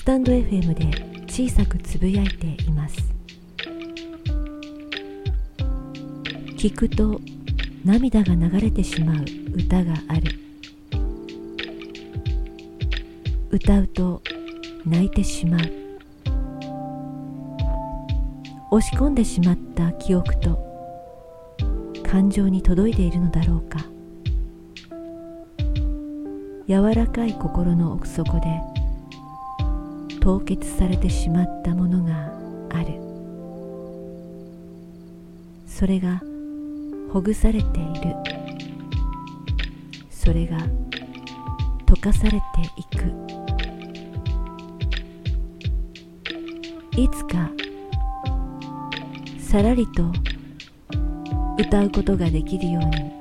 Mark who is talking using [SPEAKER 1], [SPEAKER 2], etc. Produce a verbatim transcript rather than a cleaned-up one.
[SPEAKER 1] タンド エフエム で小さくつぶやいています。聞くと涙が流れてしまう歌がある。歌うと泣いてしまう。押し込んでしまった記憶と感情に届いているのだろうか。柔らかい心の奥底で凍結されてしまったものがある。それがほぐされている。それが溶かされていく。いつかさらりと歌うことができるように